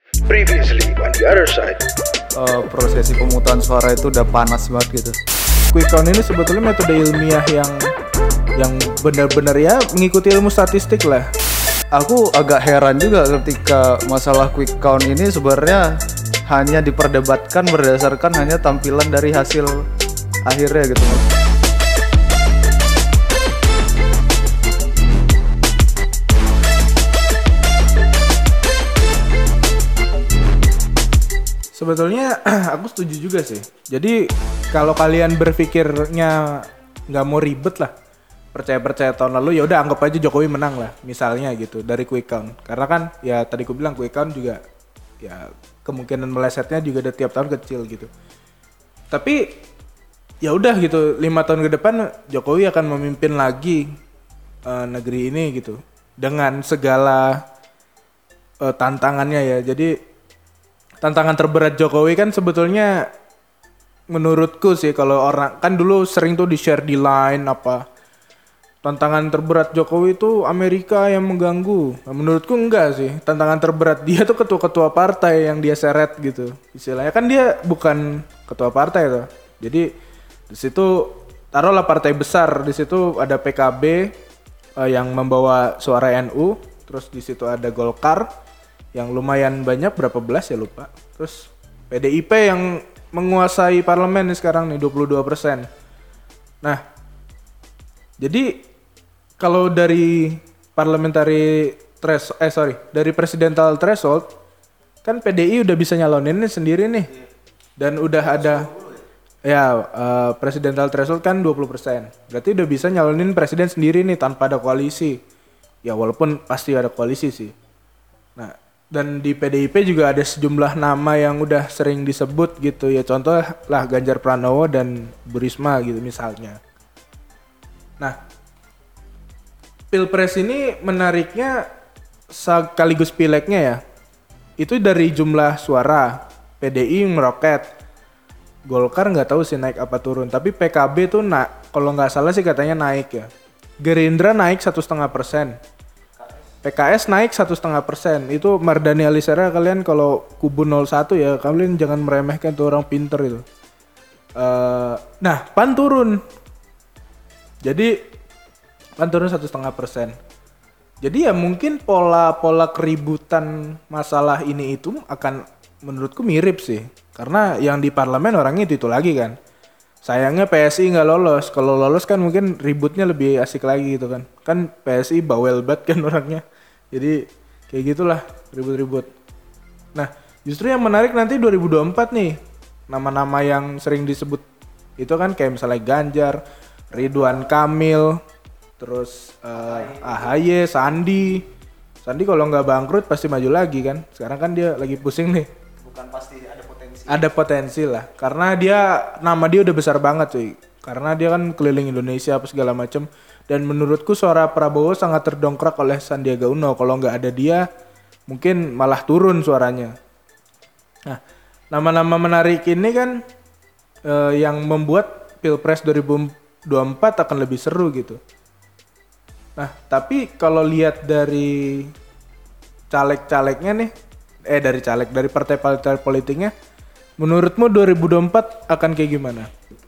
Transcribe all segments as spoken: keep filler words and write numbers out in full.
Previously on the other side. Uh, prosesi pemungutan suara itu udah panas banget gitu. Quick count ini sebetulnya metode ilmiah yang yang benar-benar ya mengikuti ilmu statistik lah. Aku agak heran juga ketika masalah quick count ini sebenarnya hanya diperdebatkan berdasarkan hanya tampilan dari hasil akhirnya gitu mas. Sebetulnya aku setuju juga sih. Jadi kalau kalian berpikirnya nggak mau ribet lah, percaya-percaya tahun lalu ya udah anggap aja Jokowi menang lah, misalnya gitu dari quick count. Karena kan ya tadi aku bilang quick count juga ya kemungkinan melesetnya juga ada tiap tahun kecil gitu. Tapi ya udah gitu, lima tahun ke depan Jokowi akan memimpin lagi uh, negeri ini gitu dengan segala uh, tantangannya ya. Jadi tantangan terberat Jokowi kan sebetulnya menurutku sih, kalau orang kan dulu sering tuh di-share di line apa tantangan terberat Jokowi itu Amerika yang mengganggu. Nah, menurutku enggak sih. Tantangan terberat dia tuh ketua-ketua partai yang dia seret gitu. Istilahnya kan dia bukan ketua partai tuh. Jadi di situ taruhlah partai besar, di situ ada P K B eh, yang membawa suara N U, terus di situ ada Golkar yang lumayan banyak, berapa belas ya lupa. Terus P D I P yang menguasai parlemen nih sekarang nih dua puluh dua persen. Nah, jadi kalau dari parliamentary threshold, eh sorry, dari presidential threshold, kan P D I udah bisa nyalonin nih sendiri nih. Dan udah ada, ya uh, presidential threshold kan dua puluh persen. Berarti udah bisa nyalonin presiden sendiri nih tanpa ada koalisi. Ya walaupun pasti ada koalisi sih. Nah, dan di P D I P juga ada sejumlah nama yang udah sering disebut gitu ya, contoh lah Ganjar Pranowo dan Bu Risma gitu misalnya. Nah, Pilpres ini menariknya sekaligus pileknya ya, itu dari jumlah suara. P D I meroket, Golkar nggak tahu sih naik apa turun, tapi P K B tuh nak, kalau nggak salah sih katanya naik ya. Gerindra naik satu setengah persen. P K S naik satu setengah persen. Itu Mardhani Alisera, kalian kalau kubu nol satu ya, kalian jangan meremehkan tuh orang pinter itu. Uh, nah, P A N turun. Jadi P A N turun satu setengah persen. Jadi ya mungkin pola-pola keributan masalah ini itu akan menurutku mirip sih. Karena yang di parlemen orangnya itu itu lagi kan. Sayangnya P S I nggak lolos. Kalau lolos kan mungkin ributnya lebih asik lagi gitu kan. Kan P S I bawel banget kan orangnya. Jadi kayak gitulah ribut-ribut. Nah, justru yang menarik nanti dua ribu dua puluh empat nih. Nama-nama yang sering disebut itu kan kayak misalnya Ganjar, Ridwan Kamil, terus uh, A H Y, Sandi. Sandi kalau nggak bangkrut pasti maju lagi kan. Sekarang kan dia lagi pusing nih. Bukan pasti ada potensi. Ada potensi lah. Karena dia, nama dia udah besar banget cuy. Karena dia kan keliling Indonesia apa segala macam. Dan menurutku suara Prabowo sangat terdongkrak oleh Sandiaga Uno. Kalau nggak ada dia, mungkin malah turun suaranya. Nah, nama-nama menarik ini kan eh, yang membuat Pilpres dua ribu dua puluh empat akan lebih seru gitu. Nah, tapi kalau lihat dari caleg-calegnya nih, eh dari caleg, dari partai-partai politiknya, menurutmu dua ribu dua puluh empat akan kayak gimana?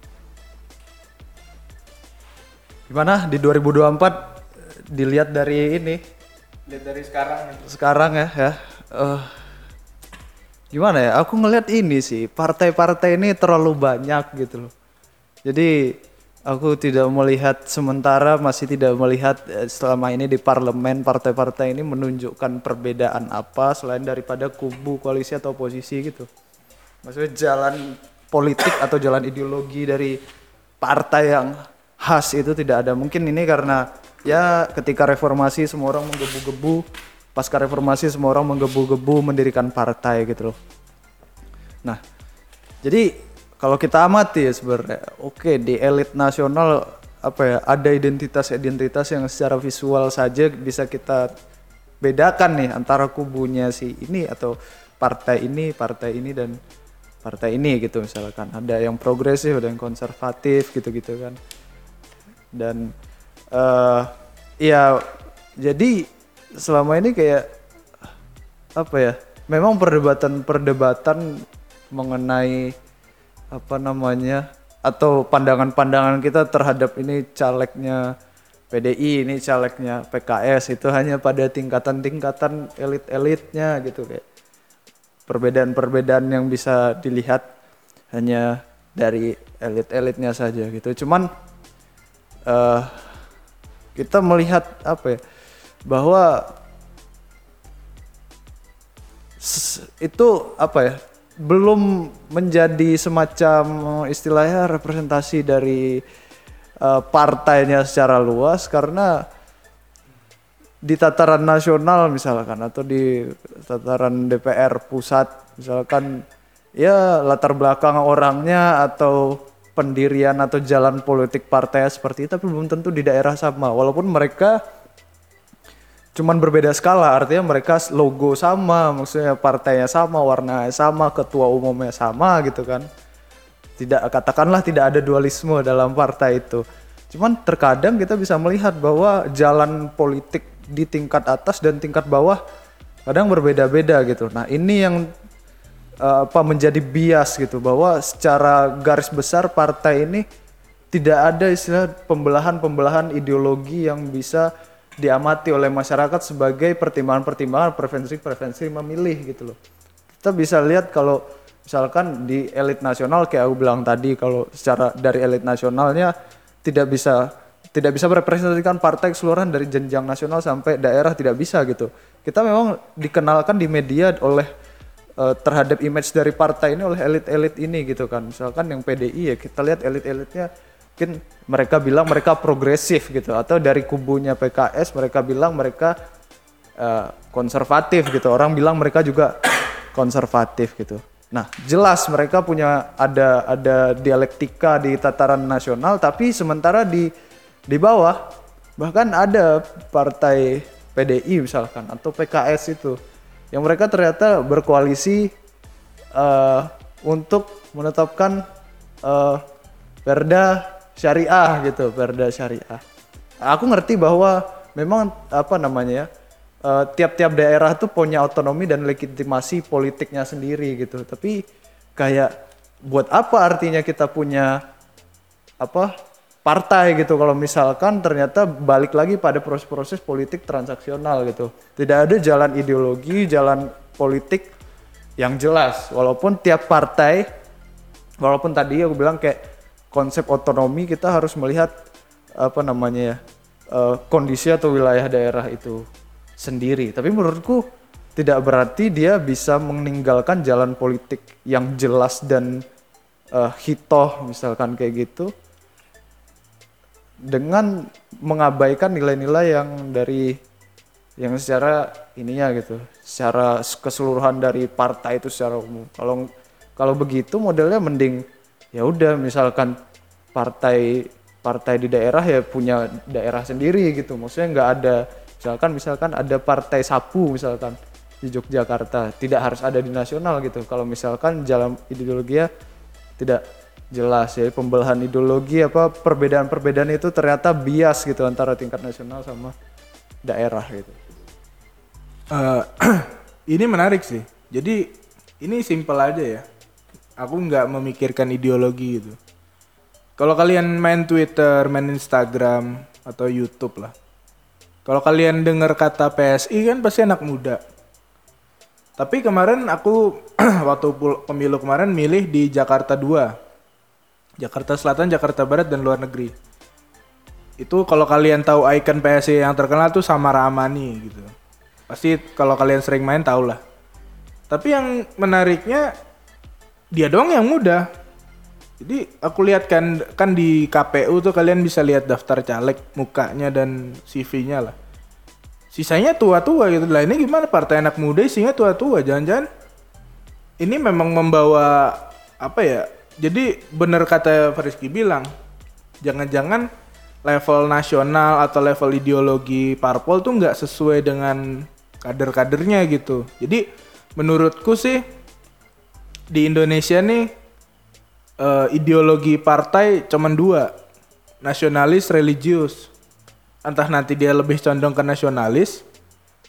Gimana di dua ribu dua puluh empat dilihat dari ini? Lihat dari sekarang. Sekarang ya, ya. Uh, gimana ya? Aku ngelihat ini sih, partai-partai ini terlalu banyak gitu loh. Jadi aku tidak melihat, sementara masih tidak melihat selama ini di parlemen partai-partai ini menunjukkan perbedaan apa selain daripada kubu koalisi atau oposisi gitu. Maksudnya jalan politik atau jalan ideologi dari partai yang khas itu tidak ada. Mungkin ini karena ya ketika reformasi semua orang menggebu-gebu, pasca reformasi semua orang menggebu-gebu mendirikan partai gitu loh. Nah, jadi kalau kita amati ya sebenarnya, oke okay, di elit nasional apa ya, ada identitas-identitas yang secara visual saja bisa kita bedakan nih antara kubunya si ini atau partai ini, partai ini dan partai ini gitu misalkan. Ada yang progresif, ada yang konservatif gitu-gitu kan. Dan uh, ya jadi selama ini kayak apa ya, memang perdebatan-perdebatan mengenai apa namanya atau pandangan-pandangan kita terhadap ini calegnya P D I, ini calegnya P K S itu hanya pada tingkatan-tingkatan elit-elitnya gitu, kayak perbedaan-perbedaan yang bisa dilihat hanya dari elit-elitnya saja gitu. Cuman uh, kita melihat apa ya, bahwa itu apa ya, belum menjadi semacam istilahnya representasi dari uh, partainya secara luas, karena di tataran nasional misalkan atau di tataran D P R pusat misalkan, ya latar belakang orangnya atau pendirian atau jalan politik partai seperti itu, tapi belum tentu di daerah sama, walaupun mereka cuman berbeda skala, artinya mereka logo sama, maksudnya partainya sama, warnanya sama, ketua umumnya sama gitu kan. Tidak, katakanlah tidak ada dualisme dalam partai itu. Cuman terkadang kita bisa melihat bahwa jalan politik di tingkat atas dan tingkat bawah kadang berbeda-beda gitu. Nah ini yang uh, apa menjadi bias gitu, bahwa secara garis besar partai ini tidak ada istilah pembelahan-pembelahan ideologi yang bisa diamati oleh masyarakat sebagai pertimbangan-pertimbangan preferensi-preferensi memilih gitu loh. Kita bisa lihat kalau misalkan di elit nasional kayak aku bilang tadi, kalau secara dari elit nasionalnya tidak bisa tidak bisa merepresentasikan partai keseluruhan dari jenjang nasional sampai daerah, tidak bisa gitu. Kita memang dikenalkan di media oleh uh, terhadap image dari partai ini oleh elit-elit ini gitu kan. Misalkan yang P D I ya kita lihat elit-elitnya mungkin mereka bilang mereka progresif gitu, atau dari kubunya P K S mereka bilang mereka uh, konservatif gitu, orang bilang mereka juga konservatif gitu. Nah jelas mereka punya ada ada dialektika di tataran nasional, tapi sementara di di bawah bahkan ada partai P D I misalkan atau P K S itu yang mereka ternyata berkoalisi uh, untuk menetapkan uh, perda syariah gitu, perda syariah. Aku ngerti bahwa memang apa namanya ya, uh, tiap-tiap daerah tuh punya otonomi dan legitimasi politiknya sendiri gitu. Tapi kayak buat apa artinya kita punya apa partai gitu kalau misalkan ternyata balik lagi pada proses-proses politik transaksional gitu. Tidak ada jalan ideologi, jalan politik yang jelas. Walaupun tiap partai, walaupun tadi aku bilang kayak konsep otonomi, kita harus melihat apa namanya ya, uh, kondisi atau wilayah daerah itu sendiri. Tapi menurutku tidak berarti dia bisa meninggalkan jalan politik yang jelas dan uh, hitoh misalkan kayak gitu, dengan mengabaikan nilai-nilai yang dari yang secara ininya gitu, secara keseluruhan dari partai itu secara umum. Kalau kalau begitu modelnya mending ya udah misalkan partai partai di daerah ya punya daerah sendiri gitu. Maksudnya nggak ada misalkan misalkan ada partai sapu misalkan di Yogyakarta, tidak harus ada di nasional gitu. Kalau misalkan jalan ideologi ya tidak jelas ya, pembelahan ideologi apa perbedaan-perbedaan itu ternyata bias gitu antara tingkat nasional sama daerah gitu. Uh, ini menarik sih. Jadi ini simpel aja ya. Aku nggak memikirkan ideologi gitu. Kalau kalian main Twitter, main Instagram atau YouTube lah. Kalau kalian dengar kata P S I kan pasti anak muda. Tapi kemarin aku waktu pemilu kemarin milih di Jakarta dua. Jakarta Selatan, Jakarta Barat dan luar negeri. Itu kalau kalian tahu ikon P S I yang terkenal tuh Samara Amani gitu. Pasti kalau kalian sering main tahu lah. Tapi yang menariknya dia doang yang muda. Jadi aku lihat kan kan di K P U tuh kalian bisa lihat daftar caleg, mukanya dan C V-nya lah. Sisanya tua-tua gitu. Lah ini gimana partai anak muda isinya tua-tua? Jangan-jangan ini memang membawa apa ya? Jadi benar kata Fariski bilang, jangan-jangan level nasional atau level ideologi parpol tuh nggak sesuai dengan kader-kadernya gitu. Jadi menurutku sih di Indonesia nih Uh, ideologi partai cuman dua, nasionalis, religius. Entah nanti dia lebih condong ke nasionalis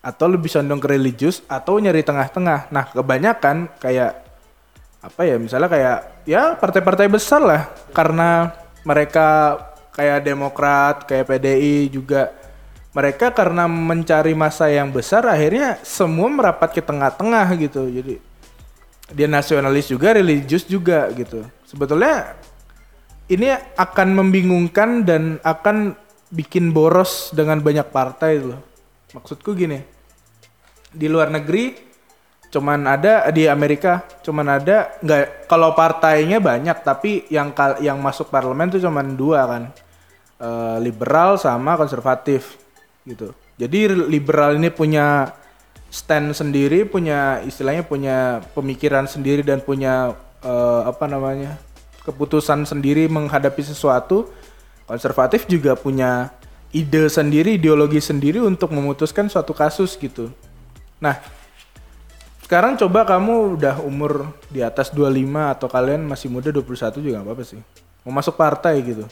atau lebih condong ke religius atau nyari tengah-tengah. Nah, kebanyakan kayak apa ya, misalnya kayak ya partai-partai besar lah, karena mereka kayak Demokrat, kayak P D I juga, mereka karena mencari masa yang besar akhirnya semua merapat ke tengah-tengah gitu. Jadi dia nasionalis juga, religius juga gitu. Sebetulnya ini akan membingungkan dan akan bikin boros dengan banyak partai loh. Maksudku gini, di luar negeri cuman ada, di Amerika cuman ada, nggak, kalau partainya banyak tapi yang yang masuk parlemen tuh cuman dua kan, e, liberal sama konservatif gitu. Jadi liberal ini punya stand sendiri, punya istilahnya punya pemikiran sendiri dan punya e, apa namanya keputusan sendiri menghadapi sesuatu. Konservatif juga punya ide sendiri, ideologi sendiri untuk memutuskan suatu kasus gitu. Nah, sekarang coba kamu udah umur di atas dua puluh lima atau kalian masih muda dua puluh satu juga gak apa-apa sih. Mau masuk partai gitu.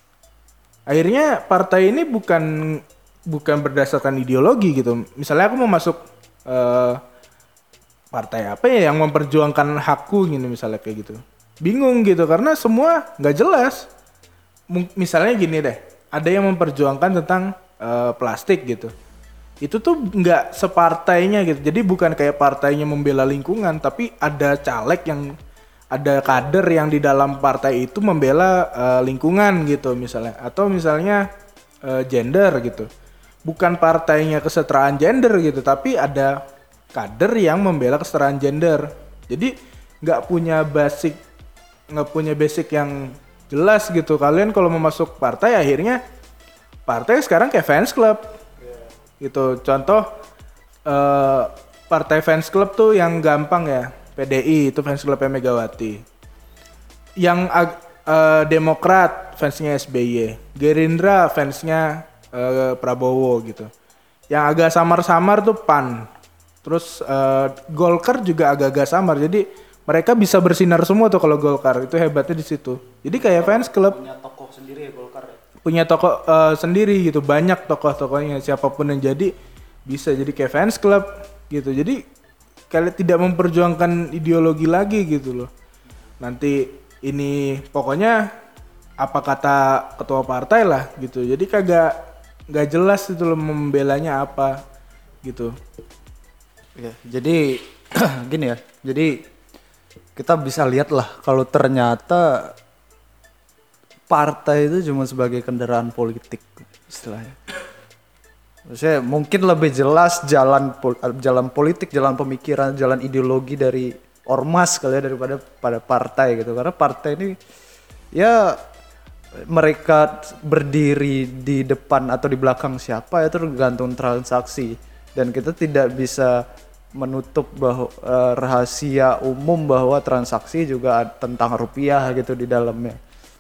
Akhirnya partai ini bukan bukan berdasarkan ideologi gitu. Misalnya aku mau masuk uh, partai apa ya yang memperjuangkan hakku gitu misalnya kayak gitu. Bingung gitu karena semua gak jelas. Misalnya gini deh. Ada yang memperjuangkan tentang uh, plastik gitu. Itu tuh nggak separtainya gitu. Jadi bukan kayak partainya membela lingkungan, tapi ada caleg yang, ada kader yang di dalam partai itu membela uh, lingkungan gitu misalnya. Atau misalnya uh, gender gitu. Bukan partainya kesetaraan gender gitu, tapi ada kader yang membela kesetaraan gender. Jadi nggak punya basic, nggak punya basic yang jelas gitu. Kalian kalau mau masuk partai akhirnya partai sekarang kayak fans club yeah. Gitu. Contoh uh, partai fans club tuh yang gampang ya, P D I itu fans clubnya Megawati. Yang uh, Demokrat fansnya S B Y, Gerindra fansnya uh, Prabowo gitu. Yang agak samar-samar tuh P A N. Terus uh, Golkar juga agak-agak samar. Jadi mereka bisa bersinar semua tuh kalau Golkar. Itu hebatnya di situ. Jadi kayak fans club. Punya tokoh sendiri ya Golkar ya? Punya tokoh uh, sendiri gitu. Banyak tokoh-tokohnya. Siapapun yang jadi bisa jadi kayak fans club gitu. Jadi kalian tidak memperjuangkan ideologi lagi gitu loh. Nanti ini pokoknya apa kata ketua partai lah gitu. Jadi kagak nggak jelas itu loh membelanya apa gitu. Ya, jadi gini ya. Jadi kita bisa lihat lah kalau ternyata partai itu cuma sebagai kendaraan politik istilahnya. Maksudnya mungkin lebih jelas jalan jalan politik, jalan pemikiran, jalan ideologi dari ormas kali ya daripada pada partai gitu. Karena partai ini ya mereka berdiri di depan atau di belakang siapa ya tergantung transaksi, dan kita tidak bisa menutup bahwa uh, rahasia umum bahwa transaksi juga tentang rupiah gitu di dalamnya.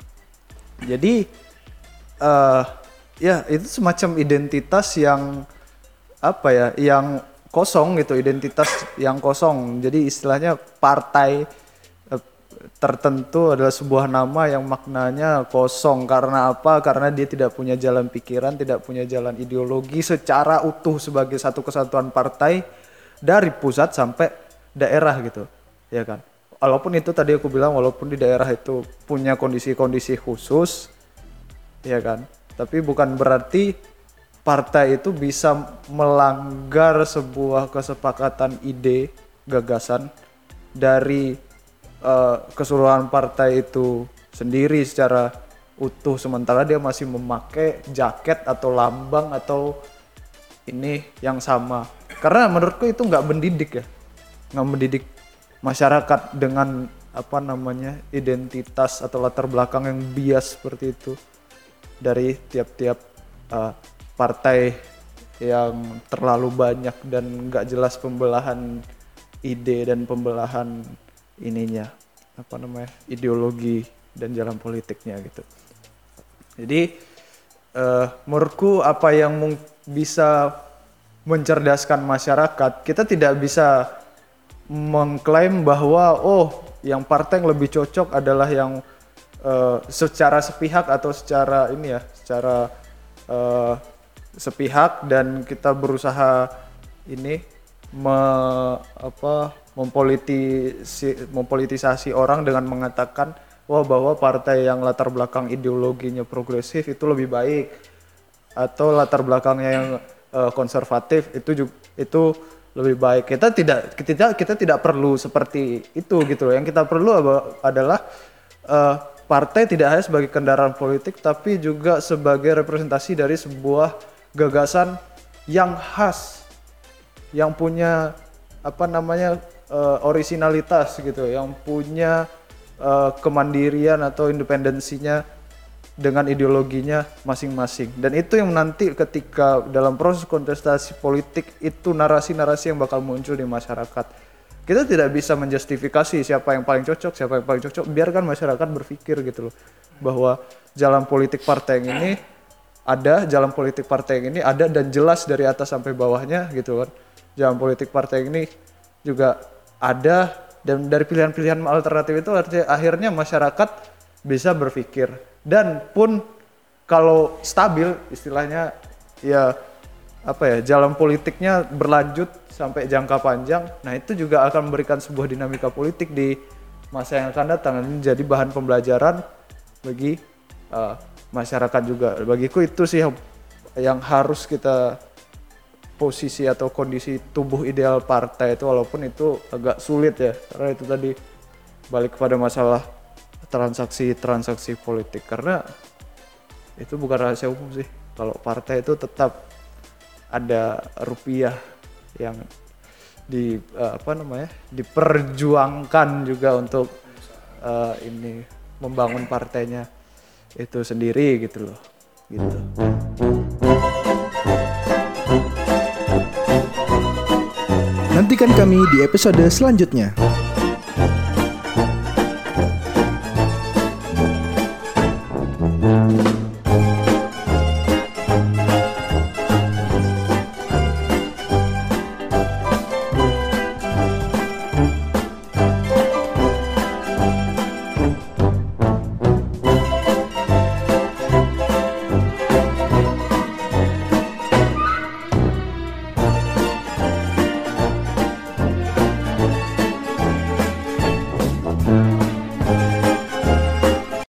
Jadi uh, ya itu semacam identitas yang apa ya, yang kosong gitu, identitas yang kosong. Jadi istilahnya partai uh, tertentu adalah sebuah nama yang maknanya kosong. Karena apa? Karena dia tidak punya jalan pikiran, tidak punya jalan ideologi secara utuh sebagai satu kesatuan partai dari pusat sampai daerah gitu, ya kan. Walaupun itu tadi aku bilang, walaupun di daerah itu punya kondisi-kondisi khusus, ya kan. Tapi bukan berarti partai itu bisa melanggar sebuah kesepakatan ide, gagasan dari uh, keseluruhan partai itu sendiri secara utuh, sementara dia masih memakai jaket atau lambang atau ini yang sama. Karena menurutku itu nggak mendidik ya, nggak mendidik masyarakat dengan apa namanya identitas atau latar belakang yang bias seperti itu dari tiap-tiap uh, partai yang terlalu banyak dan nggak jelas pembelahan ide dan pembelahan ininya apa namanya ideologi dan jalan politiknya gitu. Jadi uh, menurutku apa yang mung- bisa mencerdaskan masyarakat, kita tidak bisa mengklaim bahwa oh yang partai yang lebih cocok adalah yang uh, secara sepihak atau secara ini ya secara uh, sepihak, dan kita berusaha ini me, apa mempolitisi, mempolitisasi orang dengan mengatakan wah bahwa partai yang latar belakang ideologinya progresif itu lebih baik atau latar belakangnya yang uh, konservatif itu juga, itu lebih baik. Kita tidak kita kita tidak perlu seperti itu gitu loh. Yang kita perlu adalah uh, partai tidak hanya sebagai kendaraan politik tapi juga sebagai representasi dari sebuah gagasan yang khas, yang punya apa namanya uh, originalitas gitu, yang punya uh, kemandirian atau independensinya dengan ideologinya masing-masing. Dan itu yang nanti ketika dalam proses kontestasi politik itu narasi-narasi yang bakal muncul di masyarakat. Kita tidak bisa menjustifikasi siapa yang paling cocok, siapa yang paling cocok. Biarkan masyarakat berpikir gitu loh, bahwa jalan politik partai yang ini ada, jalan politik partai yang ini ada dan jelas dari atas sampai bawahnya gitu kan. Jalan politik partai yang ini juga ada dan dari pilihan-pilihan alternatif itu akhirnya masyarakat bisa berpikir. Dan pun kalau stabil istilahnya ya apa ya jalan politiknya berlanjut sampai jangka panjang, nah itu juga akan memberikan sebuah dinamika politik di masa yang akan datang dan menjadi bahan pembelajaran bagi uh, masyarakat juga. Bagiku itu sih yang, yang harus kita posisi atau kondisi tubuh ideal partai itu, walaupun itu agak sulit ya karena itu tadi balik kepada masalah transaksi-transaksi politik, karena itu bukan rahasia umum sih kalau partai itu tetap ada rupiah yang di uh, apa namanya diperjuangkan juga untuk uh, ini membangun partainya itu sendiri gitu loh gitu. Nantikan kami di episode selanjutnya.